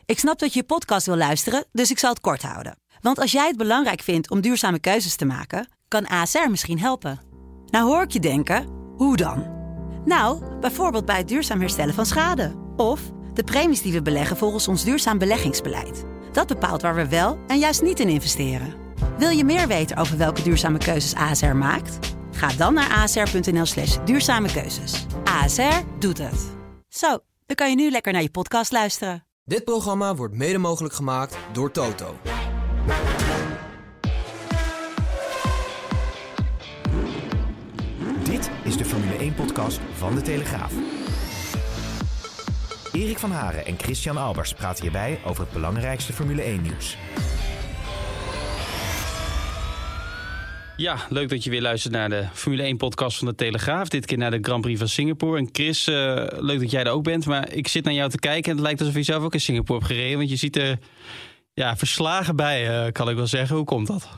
Ik snap dat je podcast wil luisteren, dus ik zal het kort houden. Want als jij het belangrijk vindt om duurzame keuzes te maken, kan ASR misschien helpen. Nou hoor ik je denken, hoe dan? Nou, bijvoorbeeld bij het duurzaam herstellen van schade. Of de premies die we beleggen volgens ons duurzaam beleggingsbeleid. Dat bepaalt waar we wel en juist niet in investeren. Wil je meer weten over welke duurzame keuzes ASR maakt? Ga dan naar asr.nl/duurzame keuzes. ASR doet het. Zo, dan kan je nu lekker naar je podcast luisteren. Dit programma wordt mede mogelijk gemaakt door Toto. Dit is de Formule 1-podcast van De Telegraaf. Erik van Haren en Christian Albers praten hierbij over het belangrijkste Formule 1-nieuws. Ja, leuk dat je weer luistert naar de Formule 1-podcast van De Telegraaf. Dit keer naar de Grand Prix van Singapore. En Chris, leuk dat jij er ook bent. Maar ik zit naar jou te kijken en het lijkt alsof je zelf ook in Singapore hebt gereden. Want je ziet er verslagen bij, kan ik wel zeggen. Hoe komt dat?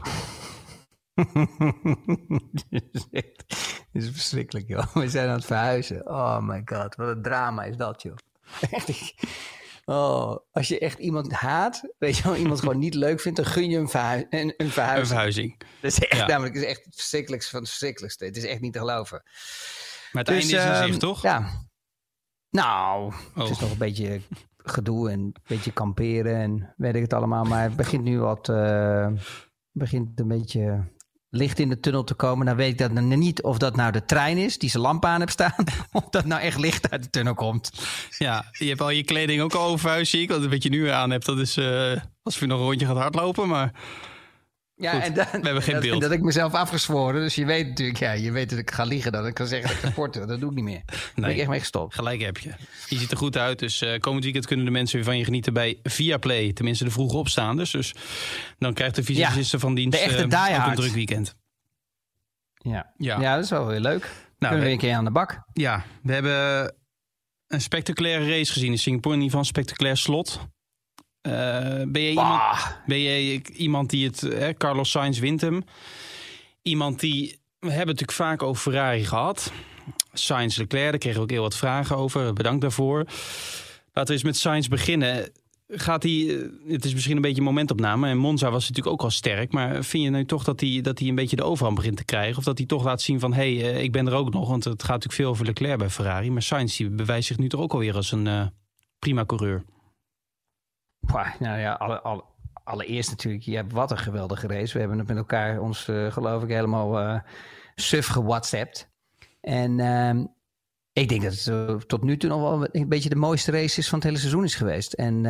Dit is verschrikkelijk, joh. We zijn aan het verhuizen. Oh my god, wat een drama is dat, joh. Echt. Oh, als je echt iemand haat, weet je wel, iemand gewoon niet leuk vindt, dan gun je een verhuizing. Een verhuizing. Dat is echt, namelijk, het is echt het verschrikkelijkste van het verschrikkelijkste. Het is echt niet te geloven. Maar het einde is in zicht, toch? Ja. Nou, het is nog een beetje gedoe en een beetje kamperen en weet ik het allemaal. Maar het begint nu begint een beetje licht in de tunnel te komen. Dan weet ik dat niet of dat nou de trein is die zijn lamp aan hebt staan. Of dat nou echt licht uit de tunnel komt. Ja, je hebt al je kleding ook al overhuisd, zie ik. Want wat je nu aan hebt, dat is als je nog een rondje gaat hardlopen. Maar ja, goed, en dan, we hebben geen beeld. En dat ik mezelf afgezworen. Dus je weet natuurlijk, je weet dat ik ga liegen. Dat ik kan zeggen dat ik ga sporten. Dat doe ik niet meer. Daar ben ik echt mee gestopt. Gelijk heb je. Je ziet er goed uit. Dus komend weekend kunnen de mensen weer van je genieten bij Viaplay. Tenminste de vroege opstaanders. Dus dan krijgt de visagisten van dienst ook een druk weekend. Ja, dat is wel weer leuk. Kunnen we weer een keer aan de bak. Ja, we hebben een spectaculaire race gezien in Singapore. In ieder geval een spectaculair slot. Ben je iemand die het... Carlos Sainz wint hem. Iemand die... We hebben het natuurlijk vaak over Ferrari gehad. Sainz Leclerc, daar kregen we ook heel wat vragen over. Bedankt daarvoor. Laten we eens met Sainz beginnen. Het is misschien een beetje een momentopname. En Monza was natuurlijk ook al sterk. Maar vind je nu toch dat hij een beetje de overhand begint te krijgen? Of dat hij toch laat zien van... ik ben er ook nog. Want het gaat natuurlijk veel over Leclerc bij Ferrari. Maar Sainz die bewijst zich nu toch ook alweer als een prima coureur. Nou ja, allereerst natuurlijk, wat een geweldige race. We hebben het met elkaar ons, geloof ik, helemaal suf gewhatsappt. En ik denk dat het tot nu toe nog wel een beetje de mooiste race is van het hele seizoen is geweest. En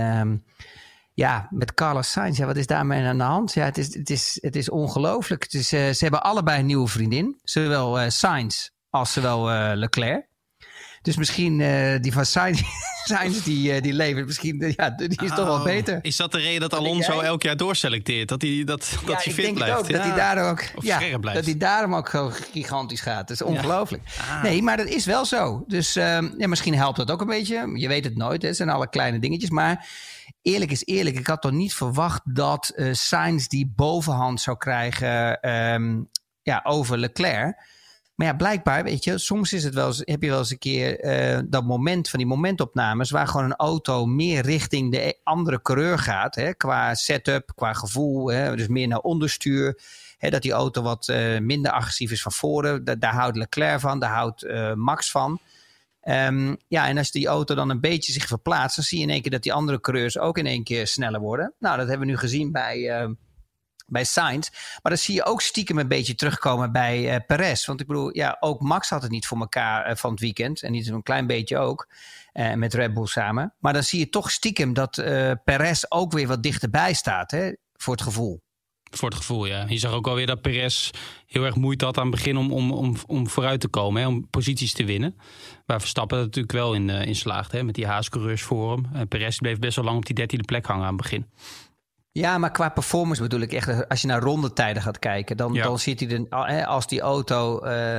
met Carlos Sainz, wat is daarmee aan de hand? Ja, het is ongelooflijk. Ze hebben allebei een nieuwe vriendin. Zowel Sainz als Leclerc. Dus misschien die van Sainz die levert misschien, die is toch wel beter. Is dat de reden dat Alonso elk jaar doorselecteert? Dat hij fit blijft? Ook, dat hij daar ook scherp blijft. Dat hij daarom ook zo gigantisch gaat. Dat is ongelooflijk. Nee, maar dat is wel zo. Dus misschien helpt dat ook een beetje. Je weet het nooit. Het zijn alle kleine dingetjes. Maar eerlijk is eerlijk. Ik had toch niet verwacht dat Sainz die bovenhand zou krijgen over Leclerc. Maar ja, blijkbaar, weet je, soms is het heb je wel eens een keer dat moment van die momentopnames waar gewoon een auto meer richting de andere coureur gaat. Hè, qua setup, qua gevoel, dus meer naar onderstuur. Hè, dat die auto wat minder agressief is van voren. Daar houdt Leclerc van, daar houdt Max van. En als die auto dan een beetje zich verplaatst, dan zie je in één keer dat die andere coureurs ook in één keer sneller worden. Nou, dat hebben we nu gezien bij Sainz. Maar dat zie je ook stiekem een beetje terugkomen bij Perez. Want ik bedoel, ook Max had het niet voor elkaar van het weekend. En niet een klein beetje ook. Met Red Bull samen. Maar dan zie je toch stiekem dat Perez ook weer wat dichterbij staat. Hè, voor het gevoel. Voor het gevoel, ja. Je zag ook alweer dat Perez heel erg moeite had aan het begin om vooruit te komen. Hè, om posities te winnen. Waar Verstappen natuurlijk wel in slaagt. Hè, met die Haas-coureurs voor hem. En Perez bleef best wel lang op die 13e plek hangen aan het begin. Ja, maar qua performance bedoel ik echt, als je naar rondetijden gaat kijken, dan zit hij als die auto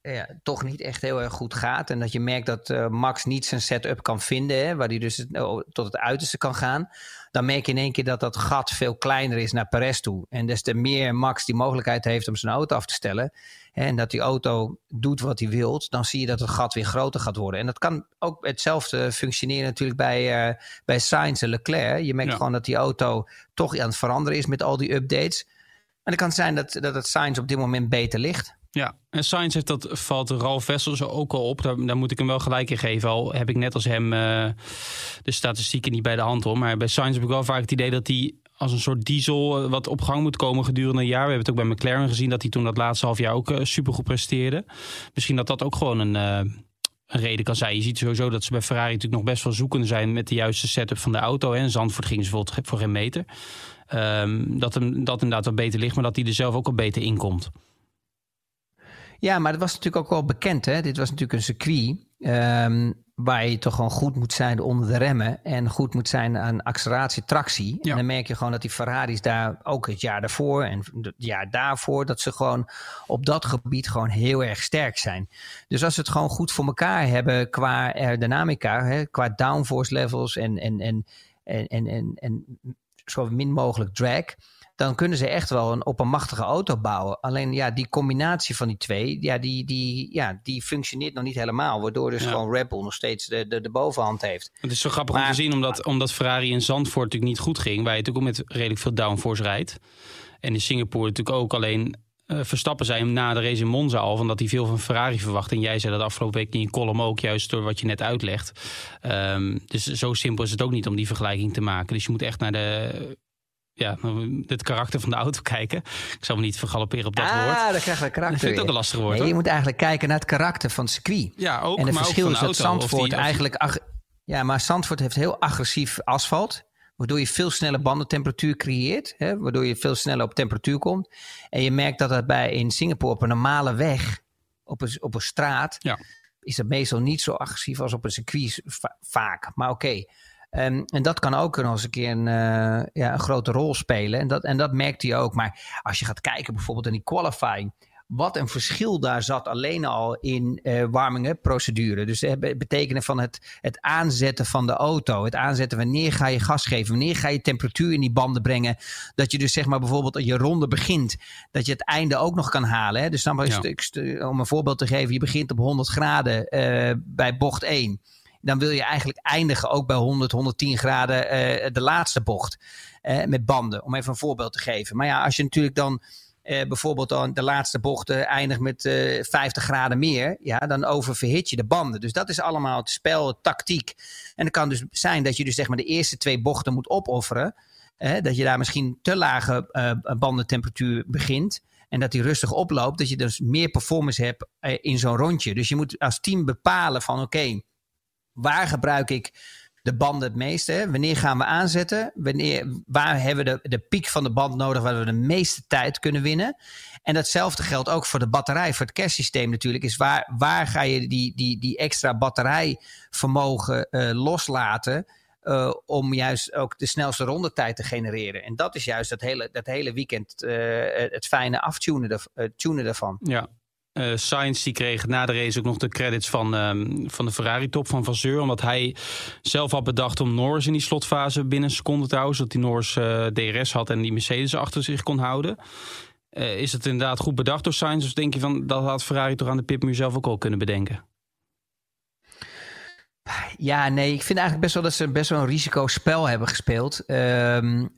toch niet echt heel erg goed gaat. En dat je merkt dat Max niet zijn setup kan vinden, hè, waar hij dus tot het uiterste kan gaan. Dan merk je in één keer dat gat veel kleiner is naar Perez toe. En des te meer Max die mogelijkheid heeft om zijn auto af te stellen, hè, en dat die auto doet wat hij wilt, dan zie je dat het gat weer groter gaat worden. En dat kan ook hetzelfde functioneren natuurlijk bij Sainz en Leclerc. Je merkt gewoon dat die auto toch aan het veranderen is met al die updates. En het kan zijn dat het Sainz op dit moment beter ligt. Ja, en Sainz valt Ralf Wessels ook al op. Daar moet ik hem wel gelijk in geven. Al heb ik net als hem de statistieken niet bij de hand hoor. Maar bij Sainz heb ik wel vaak het idee dat hij als een soort diesel wat op gang moet komen gedurende een jaar. We hebben het ook bij McLaren gezien dat hij toen dat laatste half jaar ook supergoed presteerde. Misschien dat ook gewoon een reden kan zijn. Je ziet sowieso dat ze bij Ferrari natuurlijk nog best wel zoekende zijn met de juiste setup van de auto. Hè. In Zandvoort gingen ze bijvoorbeeld voor geen meter. Dat inderdaad wat beter ligt, maar dat hij er zelf ook wat beter in komt. Ja, maar dat was natuurlijk ook wel bekend. Hè? Dit was natuurlijk een circuit waar je toch gewoon goed moet zijn onder de remmen. En goed moet zijn aan acceleratie, tractie. Ja. En dan merk je gewoon dat die Ferraris daar ook het jaar daarvoor en het jaar daarvoor, dat ze gewoon op dat gebied gewoon heel erg sterk zijn. Dus als ze het gewoon goed voor elkaar hebben qua aerodynamica, hè, qua downforce levels en zo min mogelijk drag, dan kunnen ze echt wel een oppermachtige auto bouwen. Alleen die combinatie van die twee, die functioneert nog niet helemaal. Waardoor dus gewoon Red Bull nog steeds de bovenhand heeft. Het is zo grappig om te zien, omdat Ferrari in Zandvoort natuurlijk niet goed ging. Waar je natuurlijk ook met redelijk veel downforce rijdt. En in Singapore natuurlijk ook alleen Verstappen zijn na de race in Monza al, van dat hij veel van Ferrari verwacht. En jij zei dat afgelopen week in je column ook, juist door wat je net uitlegt. Dus zo simpel is het ook niet om die vergelijking te maken. Dus je moet echt naar het karakter van de auto kijken. Ik zal me niet vergalopperen op dat woord. Dan krijg je een karakter. Ik vind het ook een lastig woord. Je moet eigenlijk kijken naar het karakter van het circuit. Ja, ook. En het verschil is dat Zandvoort maar Zandvoort heeft heel agressief asfalt, waardoor je veel sneller bandentemperatuur creëert. Hè, waardoor je veel sneller op temperatuur komt. En je merkt dat in Singapore op een normale weg, op een straat, is dat meestal niet zo agressief als op een circuit vaak. Maar oké. En dat kan ook nog eens een keer een grote rol spelen. En dat merkt hij ook. Maar als je gaat kijken bijvoorbeeld in die qualifying, wat een verschil daar zat alleen al in warming-up procedure. Dus het betekenen van het aanzetten van de auto. Het aanzetten, wanneer ga je gas geven? Wanneer ga je temperatuur in die banden brengen? Dat je dus zeg maar bijvoorbeeld je ronde begint, dat je het einde ook nog kan halen. Hè? Dus dan om een voorbeeld te geven, je begint op 100 graden bij bocht 1. Dan wil je eigenlijk eindigen ook bij 100, 110 graden de laatste bocht met banden. Om even een voorbeeld te geven. Maar ja, als je natuurlijk dan bijvoorbeeld dan de laatste bocht eindigt met 50 graden meer, dan oververhit je de banden. Dus dat is allemaal het spel, het tactiek. En het kan dus zijn dat je dus zeg maar de eerste 2 bochten moet opofferen. Dat je daar misschien te lage bandentemperatuur begint. En dat die rustig oploopt. Dat je dus meer performance hebt in zo'n rondje. Dus je moet als team bepalen van oké, waar gebruik ik de banden het meeste? Hè? Wanneer gaan we aanzetten? Waar hebben we de piek van de band nodig, waar we de meeste tijd kunnen winnen? En datzelfde geldt ook voor de batterij, voor het kerstsysteem natuurlijk. Is waar ga je die extra batterijvermogen loslaten om juist ook de snelste rondetijd te genereren? En dat is juist dat hele weekend het fijne tunen daarvan. Ja. Sainz die kreeg na de race ook nog de credits van de Ferrari-top van Vasseur. Omdat hij zelf had bedacht om Norris in die slotfase binnen een seconde te houden. Zodat die Norris DRS had en die Mercedes achter zich kon houden. Is het inderdaad goed bedacht door Sainz? Of denk je van dat had Ferrari toch aan de pitmuur zelf ook al kunnen bedenken? Ja, nee, ik vind eigenlijk best wel dat ze best wel een risicospel hebben gespeeld. De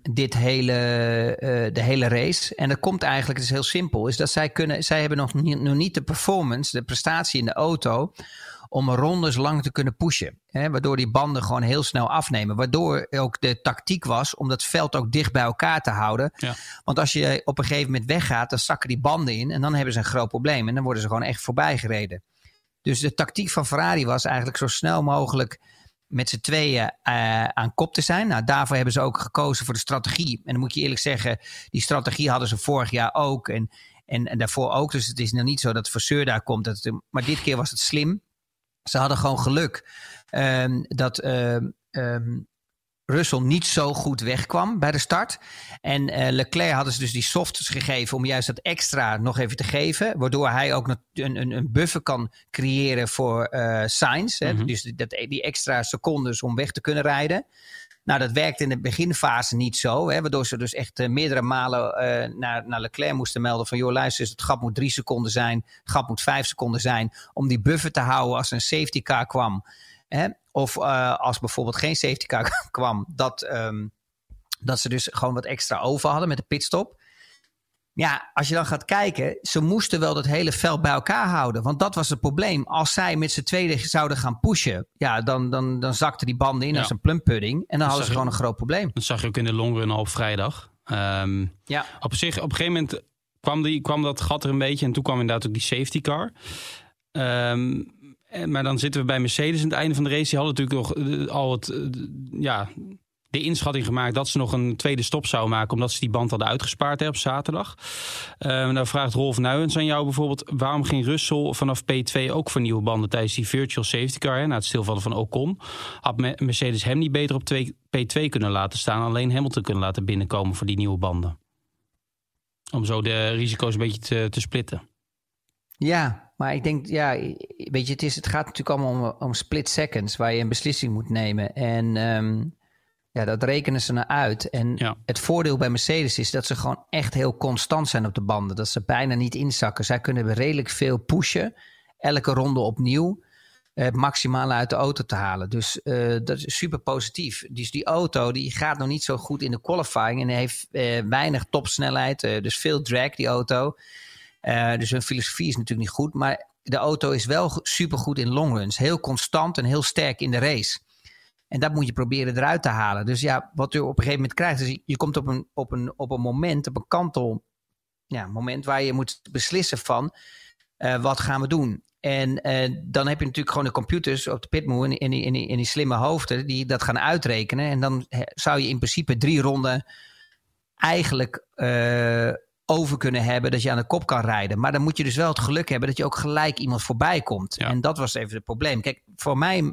hele race. En dat komt eigenlijk, het is heel simpel, is dat zij hebben nog niet de performance, de prestatie in de auto om rondes lang te kunnen pushen. Hè, waardoor die banden gewoon heel snel afnemen. Waardoor ook de tactiek was om dat veld ook dicht bij elkaar te houden. Ja. Want als je op een gegeven moment weggaat, dan zakken die banden in en dan hebben ze een groot probleem. En dan worden ze gewoon echt voorbij gereden. Dus de tactiek van Ferrari was eigenlijk zo snel mogelijk met z'n tweeën aan kop te zijn. Nou, daarvoor hebben ze ook gekozen voor de strategie. En dan moet je eerlijk zeggen, die strategie hadden ze vorig jaar ook. En daarvoor ook. Dus het is nog niet zo dat Vasseur daar komt. Maar dit keer was het slim. Ze hadden gewoon geluk dat Russell niet zo goed wegkwam bij de start. En Leclerc hadden ze dus die softs gegeven om juist dat extra nog even te geven. Waardoor hij ook een buffer kan creëren voor Sainz. Hè? Dus die extra secondes om weg te kunnen rijden. Nou, dat werkte in de beginfase niet zo. Hè? Waardoor ze dus echt meerdere malen naar Leclerc moesten melden van... joh, luister, het gat moet 3 seconden zijn. Het gat moet 5 seconden zijn. Om die buffer te houden als er een safety car kwam. Hè? Of als bijvoorbeeld geen safety car kwam... dat ze dus gewoon wat extra over hadden met de pitstop. Ja, als je dan gaat kijken... ze moesten wel dat hele veld bij elkaar houden. Want dat was het probleem. Als zij met z'n tweeën zouden gaan pushen... ja, dan zakten die banden in als een plumpudding. En dan hadden ze gewoon een groot probleem. Dat zag je ook in de longrun al op vrijdag. Op een gegeven moment kwam dat gat er een beetje... en toen kwam inderdaad ook die safety car... maar dan zitten we bij Mercedes aan het einde van de race. Die hadden natuurlijk nog de inschatting gemaakt... dat ze nog een tweede stop zouden maken... omdat ze die band hadden uitgespaard op zaterdag. Nou vraagt Rolf Nuyens aan jou bijvoorbeeld... waarom ging Russell vanaf P2 ook voor nieuwe banden... tijdens die virtual safety car, na het stilvallen van Ocon? Had Mercedes hem niet beter op P2 kunnen laten staan... alleen Hamilton kunnen laten binnenkomen voor die nieuwe banden? Om zo de risico's een beetje te splitten. Ja, maar ik denk, weet je, het gaat natuurlijk allemaal om split seconds... waar je een beslissing moet nemen. En dat rekenen ze naar uit. En het voordeel bij Mercedes is dat ze gewoon echt heel constant zijn op de banden. Dat ze bijna niet inzakken. Zij kunnen redelijk veel pushen. Elke ronde opnieuw. Het maximale uit de auto te halen. Dus dat is super positief. Dus die auto die gaat nog niet zo goed in de qualifying. En heeft weinig topsnelheid. Dus veel drag, die auto. Dus hun filosofie is natuurlijk niet goed. Maar de auto is wel supergoed in longruns. Heel constant en heel sterk in de race. En dat moet je proberen eruit te halen. Dus ja, wat je op een gegeven moment krijgt... is je komt op een moment, op een kantel... moment waar je moet beslissen van... wat gaan we doen? En dan heb je natuurlijk gewoon de computers op de pitmoor... en die slimme hoofden die dat gaan uitrekenen. En dan zou je in principe 3 ronden... eigenlijk... over kunnen hebben dat je aan de kop kan rijden. Maar dan moet je dus wel het geluk hebben... dat je ook gelijk iemand voorbij komt. Ja. En dat was even het probleem. Kijk, voor mij...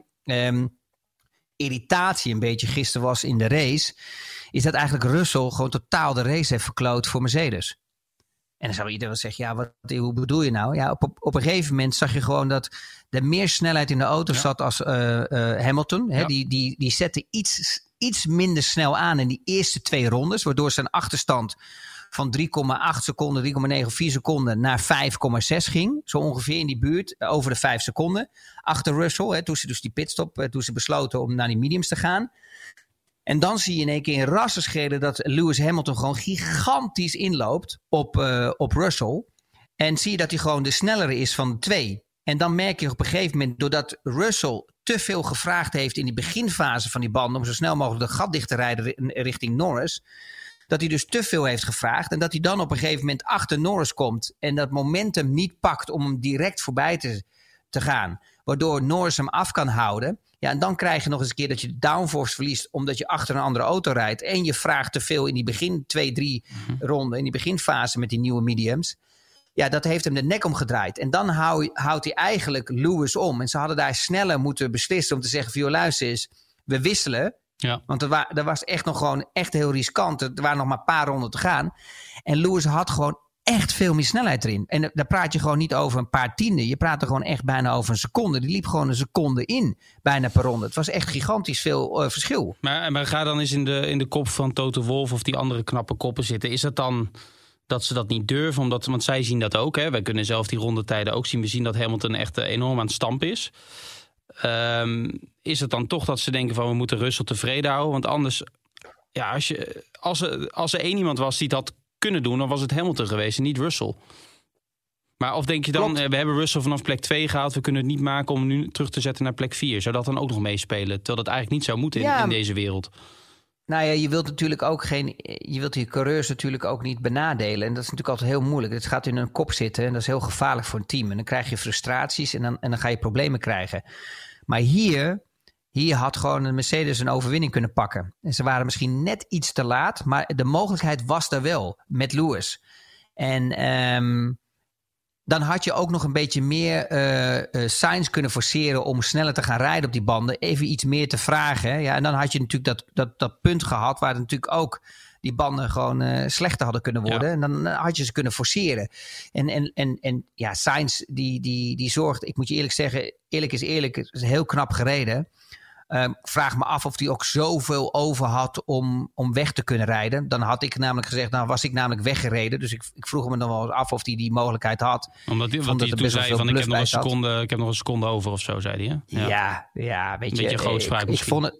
irritatie een beetje gisteren was in de race... is dat eigenlijk Russell gewoon totaal de race heeft verkloot voor Mercedes. En dan zou iedereen wel zeggen... hoe bedoel je nou? Ja, op een gegeven moment zag je gewoon dat... er meer snelheid in de auto zat als Hamilton. Hè? Die zette iets minder snel aan in die eerste 2 rondes... waardoor zijn achterstand... van 3,8 seconden, 3,9 of 4 seconden naar 5,6 ging. Zo ongeveer in die buurt, over de 5 seconden. Achter Russell, toen ze dus die pitstop, toen ze besloten om naar die mediums te gaan. En dan zie je in één keer in rassenschelen dat Lewis Hamilton gewoon gigantisch inloopt op Russell. En zie je dat hij gewoon de snellere is van de 2. En dan merk je op een gegeven moment, doordat Russell te veel gevraagd heeft in die beginfase van die banden... om zo snel mogelijk de gat dicht te rijden richting Norris... dat hij dus te veel heeft gevraagd... en dat hij dan op een gegeven moment achter Norris komt... en dat momentum niet pakt om hem direct voorbij te gaan... waardoor Norris hem af kan houden. Ja, en dan krijg je nog eens een keer dat je de downforce verliest... omdat je achter een andere auto rijdt... en je vraagt te veel in die begin 2-3 ronden... in die beginfase met die nieuwe mediums... ja, dat heeft hem de nek omgedraaid. En dan houdt hij eigenlijk Lewis om. En ze hadden daar sneller moeten beslissen om te zeggen... van, luister eens, we wisselen... Ja. Want dat was echt nog gewoon echt heel riskant. Er waren nog maar een paar ronden te gaan. En Lewis had gewoon echt veel meer snelheid erin. En daar praat je gewoon niet over een paar tienden. Je praat er gewoon echt bijna over een seconde. Die liep gewoon een seconde in, bijna per ronde. Het was echt gigantisch veel verschil. Maar ga dan eens in de kop van Toto Wolff of die andere knappe koppen zitten. Is dat dan dat ze dat niet durven? Want zij zien dat ook. Hè? Wij kunnen zelf die rondetijden ook zien. We zien dat Hamilton echt enorm aan het stampen is. Is het dan toch dat ze denken van we moeten Russell tevreden houden? Want anders, ja, als er één iemand was die dat kunnen doen, dan was het Hamilton geweest en niet Russell. Maar of denk je dan, we hebben Russell vanaf plek 2 gehaald, we kunnen het niet maken om hem nu terug te zetten naar plek 4. Zou dat dan ook nog meespelen? Terwijl dat eigenlijk niet zou moeten in deze wereld. Nou ja, je wilt natuurlijk ook je wilt die coureurs natuurlijk ook niet benadelen. En dat is natuurlijk altijd heel moeilijk. Het gaat in een kop zitten en dat is heel gevaarlijk voor een team. En dan krijg je frustraties en dan ga je problemen krijgen. Maar hier had gewoon een Mercedes een overwinning kunnen pakken. En ze waren misschien net iets te laat, maar de mogelijkheid was er wel met Lewis. En Dan had je ook nog een beetje meer Sainz kunnen forceren om sneller te gaan rijden op die banden. Even iets meer te vragen. Hè? Ja, en dan had je natuurlijk dat punt gehad waar natuurlijk ook die banden gewoon slechter hadden kunnen worden. Ja. En dan had je ze kunnen forceren. En ja, Sainz die zorgt, ik moet je eerlijk zeggen, eerlijk is eerlijk, het is heel knap gereden. Vraag me af of hij ook zoveel over had om weg te kunnen rijden. Dan had ik namelijk gezegd, nou was ik namelijk weggereden. Dus ik vroeg me dan wel af of hij die mogelijkheid had. Omdat hij toen zei van ik heb nog een seconde over of zo, zei hij. Hè? Ja, weet je. Een beetje grootspraak misschien. Ik vond het,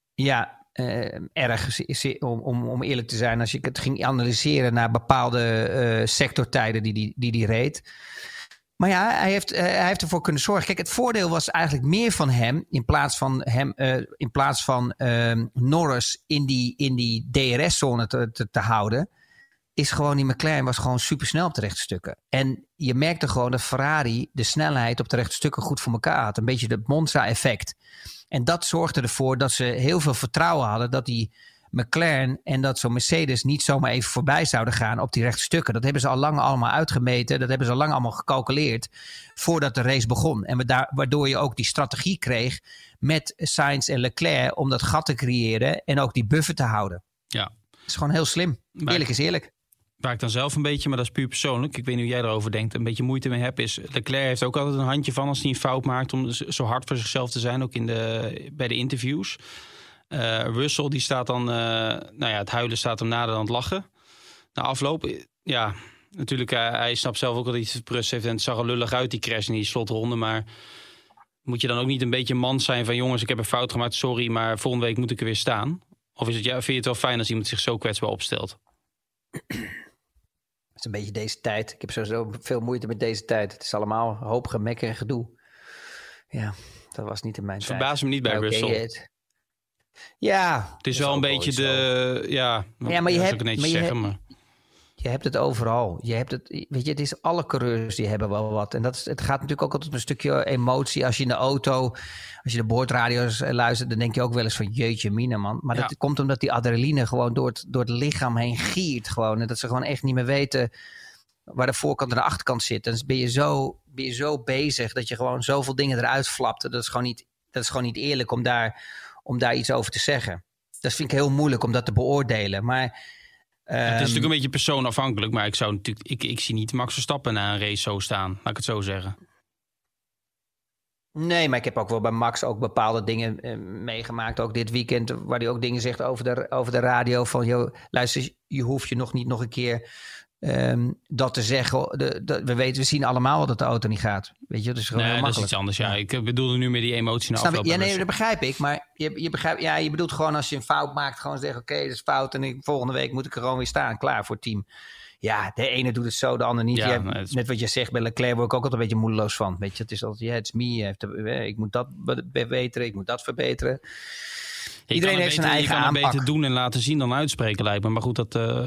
erg om eerlijk te zijn. Als ik het ging analyseren naar bepaalde sectortijden die reed. Maar ja, hij heeft ervoor kunnen zorgen. Kijk, het voordeel was eigenlijk meer van hem in plaats van Norris in die DRS-zone te houden. Is gewoon die McLaren was gewoon supersnel op de rechte stukken. En je merkte gewoon dat Ferrari de snelheid op de rechte stukken goed voor elkaar had. Een beetje het Monza-effect. En dat zorgde ervoor dat ze heel veel vertrouwen hadden dat die McLaren en dat zo'n Mercedes niet zomaar even voorbij zouden gaan op die rechte stukken. Dat hebben ze al lang allemaal uitgemeten. Dat hebben ze al lang allemaal gecalculeerd voordat de race begon. En waardoor je ook die strategie kreeg met Sainz en Leclerc om dat gat te creëren en ook die buffer te houden. Ja. Dat is gewoon heel slim. Eerlijk is eerlijk. Waar ik dan zelf een beetje, maar dat is puur persoonlijk, ik weet niet hoe jij erover denkt, een beetje moeite mee heb, is Leclerc heeft ook altijd een handje van als hij een fout maakt om zo hard voor zichzelf te zijn, ook bij de interviews. Russell die staat dan, het huilen staat hem nader dan het lachen. Na afloop, ja, natuurlijk, hij snapt zelf ook dat hij iets verprust heeft en het zag er lullig uit die crash in die slotronde, maar moet je dan ook niet een beetje man zijn van jongens, ik heb een fout gemaakt, sorry, maar volgende week moet ik er weer staan? Of vind je het wel fijn als iemand zich zo kwetsbaar opstelt? Het is een beetje deze tijd. Ik heb sowieso veel moeite met deze tijd. Het is allemaal hoop gemekker en gedoe. Ja, dat was niet in mijn tijd. Verbaas me niet bij Russell. Ja. Het is wel een beetje de... Ja, maar je hebt het overal. Weet je, het is alle coureurs die hebben wel wat. En het gaat natuurlijk ook altijd om een stukje emotie. Als je in de auto, als je de boordradio's luistert, dan denk je ook wel eens van jeetje mine, man. Maar dat komt omdat die adrenaline gewoon door het lichaam heen giert gewoon. En dat ze gewoon echt niet meer weten waar de voorkant en de achterkant zit. En dan ben je zo bezig dat je gewoon zoveel dingen eruit flapt. Dat is gewoon niet eerlijk om daar iets over te zeggen. Dat vind ik heel moeilijk om dat te beoordelen. Maar het is natuurlijk een beetje persoonafhankelijk, maar ik zie niet Max Verstappen na een race zo staan, laat ik het zo zeggen. Nee, maar ik heb ook wel bij Max ook bepaalde dingen meegemaakt, ook dit weekend, waar hij ook dingen zegt over de radio van, joh, luister, je hoeft je nog een keer dat te zeggen. We zien allemaal wel dat de auto niet gaat. Weet je, dat is gewoon heel makkelijk. Dat is iets anders. Ja, ik bedoelde nu meer die emotie naar afloop. Ja, nee, dat begrijp ik. Maar je begrijpt, ja, je bedoelt gewoon als je een fout maakt, gewoon zeggen, oké, dat is fout en volgende week moet ik er gewoon weer staan, klaar voor het team. Ja, de ene doet het zo, de ander niet. Ja, net wat je zegt, bij Leclerc word ik ook altijd een beetje moedeloos van. Weet je, het is altijd, het is me, ik moet dat verbeteren, ik moet dat verbeteren. Iedereen heeft zijn eigen aanpak. Je kan het beter doen en laten zien dan uitspreken, lijkt me. Maar goed,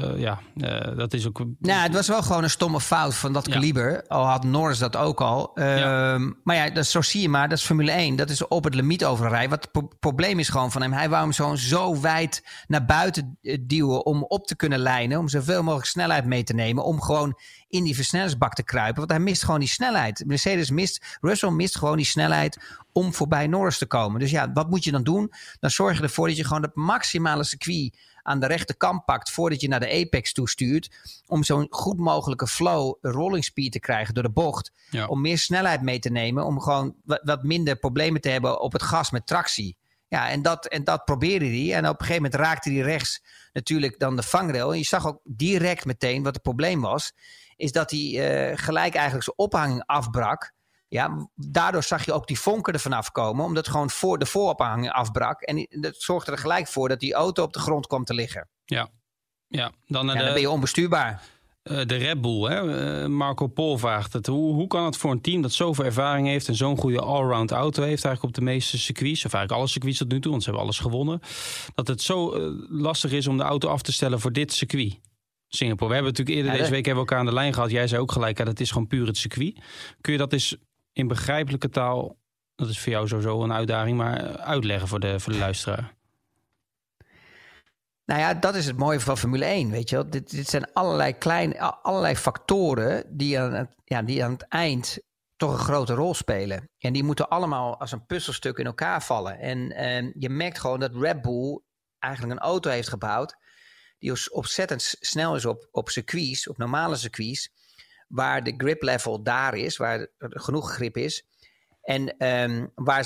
dat is ook... Nou, het was wel gewoon een stomme fout van dat kaliber. Al had Norris dat ook al. Maar ja, zo zie je maar. Dat is Formule 1. Dat is op het limiet overrijden. Wat het probleem is gewoon van hem. Hij wou hem zo wijd naar buiten duwen om op te kunnen lijnen. Om zoveel mogelijk snelheid mee te nemen. Om gewoon in die versnellingsbak te kruipen. Want hij mist gewoon die snelheid. Russell mist gewoon die snelheid om voorbij Norris te komen. Dus ja, wat moet je dan doen? Dan zorg je ervoor dat je gewoon het maximale circuit aan de rechterkant pakt voordat je naar de apex toestuurt. Om zo'n goed mogelijke flow, rolling speed te krijgen door de bocht. Ja. Om meer snelheid mee te nemen. Om gewoon wat minder problemen te hebben op het gas met tractie. Ja, en dat probeerde hij. En op een gegeven moment raakte hij rechts natuurlijk dan de vangrail. En je zag ook direct meteen wat het probleem was. Is dat hij gelijk eigenlijk zijn ophanging afbrak. Ja, daardoor zag je ook die vonken er vanaf komen. Omdat gewoon de voorophanging afbrak. En dat zorgde er gelijk voor dat die auto op de grond kwam te liggen. Ja. Dan ben je onbestuurbaar. De Red Bull, hè? Marco Pol vraagt het. Hoe kan het voor een team dat zoveel ervaring heeft en zo'n goede allround auto heeft, eigenlijk op de meeste circuits, of eigenlijk alle circuits tot nu toe, want ze hebben alles gewonnen, dat het zo lastig is om de auto af te stellen voor dit circuit? Singapore. We hebben natuurlijk eerder deze week hebben we elkaar aan de lijn gehad. Jij zei ook gelijk, dat is gewoon puur het circuit. Kun je dat eens in begrijpelijke taal, dat is voor jou sowieso een uitdaging, maar uitleggen voor de luisteraar? Nou ja, dat is het mooie van Formule 1, weet je wel. Dit zijn allerlei factoren die aan het eind toch een grote rol spelen. En die moeten allemaal als een puzzelstuk in elkaar vallen. En je merkt gewoon dat Red Bull eigenlijk een auto heeft gebouwd die ontzettend snel is op circuits, op normale circuits, waar de grip level daar is, waar er genoeg grip is. En waar